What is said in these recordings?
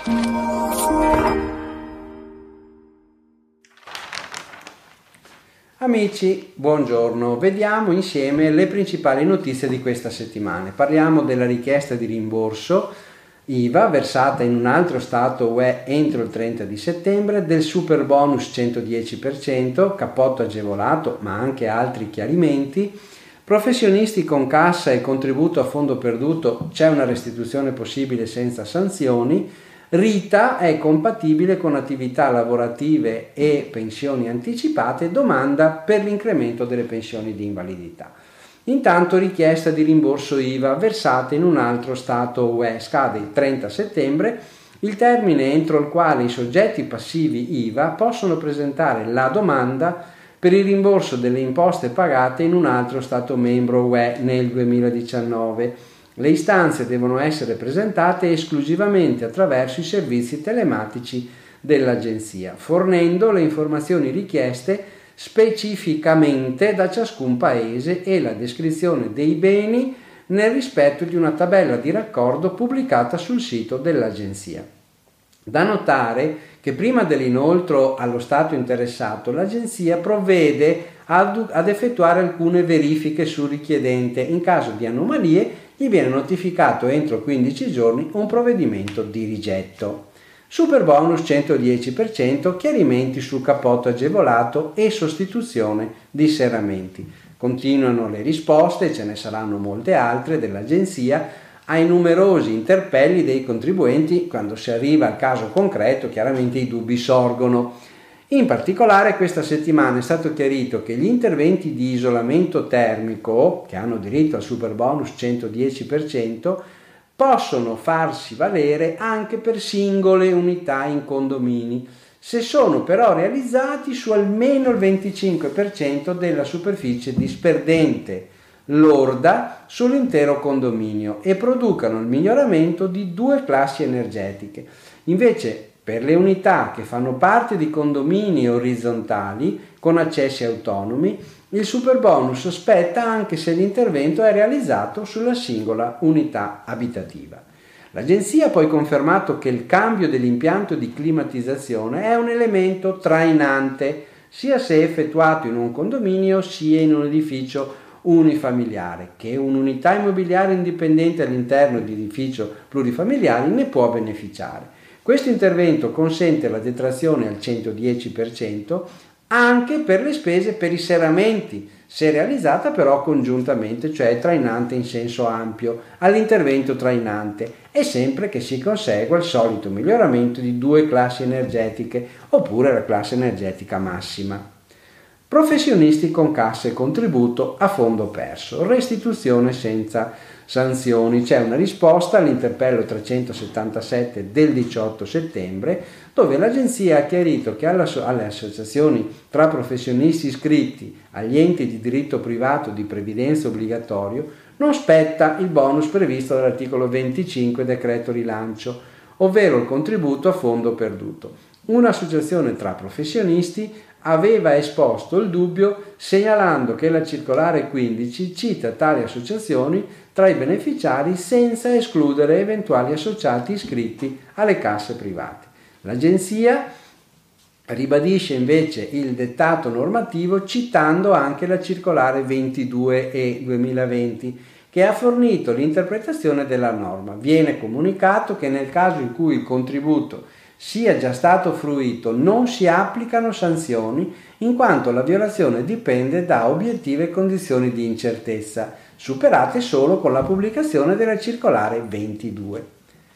Amici, buongiorno. Vediamo insieme le principali notizie di questa settimana. Parliamo della richiesta di rimborso IVA versata in un altro Stato UE entro il 30 di settembre, del super bonus 110%, cappotto agevolato, ma anche altri chiarimenti. Professionisti con cassa e contributo a fondo perduto, c'è una restituzione possibile senza sanzioni. Rita è compatibile con attività lavorative e pensioni anticipate, domanda per l'incremento delle pensioni di invalidità. Intanto richiesta di rimborso IVA versata in un altro Stato UE, scade il 30 settembre, il termine entro il quale i soggetti passivi IVA possono presentare la domanda per il rimborso delle imposte pagate in un altro Stato membro UE nel 2019. Le istanze devono essere presentate esclusivamente attraverso i servizi telematici dell'Agenzia, fornendo le informazioni richieste specificamente da ciascun paese e la descrizione dei beni nel rispetto di una tabella di raccordo pubblicata sul sito dell'Agenzia. Da notare che prima dell'inoltro allo Stato interessato l'Agenzia provvede ad effettuare alcune verifiche sul richiedente. In caso di anomalie gli viene notificato entro 15 giorni un provvedimento di rigetto. Super bonus 110%, chiarimenti sul cappotto agevolato e sostituzione di serramenti. Continuano le risposte, ce ne saranno molte altre, dell'Agenzia ai numerosi interpelli dei contribuenti. Quando si arriva al caso concreto, chiaramente i dubbi sorgono. In particolare questa settimana è stato chiarito che gli interventi di isolamento termico, che hanno diritto al super bonus 110%, possono farsi valere anche per singole unità in condomini, se sono però realizzati su almeno il 25% della superficie disperdente lorda sull'intero condominio e producano il miglioramento di 2 classi energetiche. Invece, per le unità che fanno parte di condomini orizzontali con accessi autonomi, il superbonus spetta anche se l'intervento è realizzato sulla singola unità abitativa. L'Agenzia ha poi confermato che il cambio dell'impianto di climatizzazione è un elemento trainante, sia se effettuato in un condominio sia in un edificio unifamiliare, che un'unità immobiliare indipendente all'interno di edifici plurifamiliari ne può beneficiare. Questo intervento consente la detrazione al 110% anche per le spese per i serramenti, se realizzata però congiuntamente, cioè trainante in senso ampio, all'intervento trainante, e sempre che si consegua il solito miglioramento di 2 classi energetiche oppure la classe energetica massima. Professionisti con cassa e contributo a fondo perso, restituzione senza sanzioni. C'è una risposta all'interpello 377 del 18 settembre, dove l'Agenzia ha chiarito che alle associazioni tra professionisti iscritti agli enti di diritto privato di previdenza obbligatorio non spetta il bonus previsto dall'articolo 25 decreto rilancio, ovvero il contributo a fondo perduto. Un'associazione tra professionisti aveva esposto il dubbio segnalando che la circolare 15 cita tali associazioni tra i beneficiari senza escludere eventuali associati iscritti alle casse private. L'Agenzia ribadisce invece il dettato normativo citando anche la circolare 22 e 2020 che ha fornito l'interpretazione della norma. Viene comunicato che nel caso in cui il contributo sia già stato fruito non si applicano sanzioni in quanto la violazione dipende da obiettive condizioni di incertezza superate solo con la pubblicazione della circolare 22.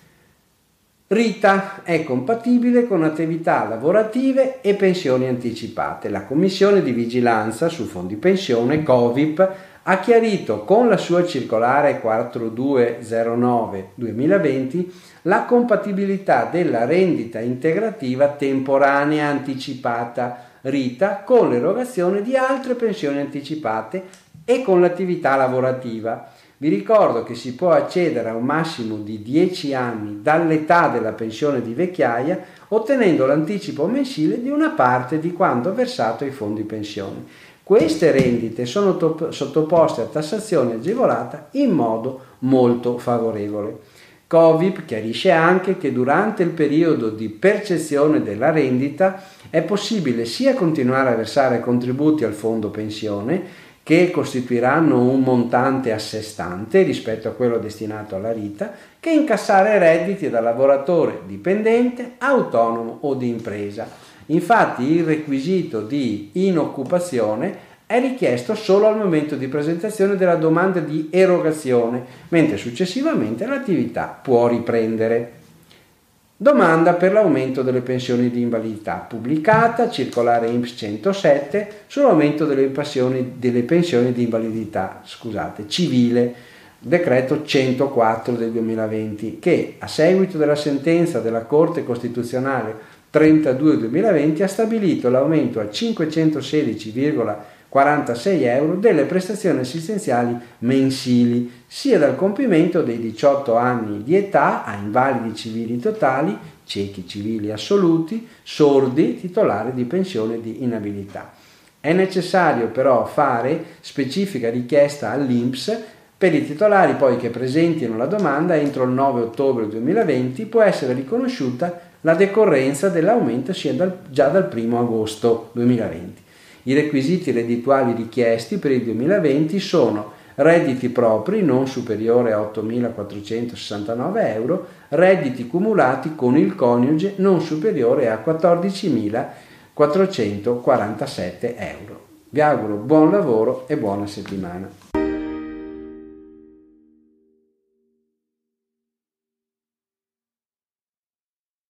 Rita è compatibile con attività lavorative e pensioni anticipate. La Commissione di Vigilanza su Fondi Pensione, COVIP, ha chiarito con la sua circolare 4209-2020 la compatibilità della rendita integrativa temporanea anticipata Rita con l'erogazione di altre pensioni anticipate e con l'attività lavorativa. Vi ricordo che si può accedere a un massimo di 10 anni dall'età della pensione di vecchiaia ottenendo l'anticipo mensile di una parte di quanto versato ai fondi pensione. Queste rendite sono sottoposte a tassazione agevolata in modo molto favorevole. Covip chiarisce anche che durante il periodo di percezione della rendita è possibile sia continuare a versare contributi al fondo pensione, che costituiranno un montante a sé stante rispetto a quello destinato alla vita, che incassare redditi da lavoratore dipendente, autonomo o di impresa. Infatti il requisito di inoccupazione è richiesto solo al momento di presentazione della domanda di erogazione, mentre successivamente l'attività può riprendere. Domanda per l'aumento delle pensioni di invalidità, pubblicata, circolare INPS 107, sull'aumento delle pensioni di invalidità civile, decreto 104 del 2020, che a seguito della sentenza della Corte Costituzionale 32 2020 ha stabilito l'aumento a 516,46 euro delle prestazioni assistenziali mensili, sia dal compimento dei 18 anni di età a invalidi civili totali, ciechi civili assoluti, sordi, titolari di pensione di inabilità. È necessario però fare specifica richiesta all'INPS per i titolari poi che presentino la domanda entro il 9 ottobre 2020 può essere riconosciuta la decorrenza dell'aumento già dal 1 agosto 2020. I requisiti reddituali richiesti per il 2020 sono redditi propri non superiore a 8.469 euro, redditi cumulati con il coniuge non superiore a 14.447 euro. Vi auguro buon lavoro e buona settimana.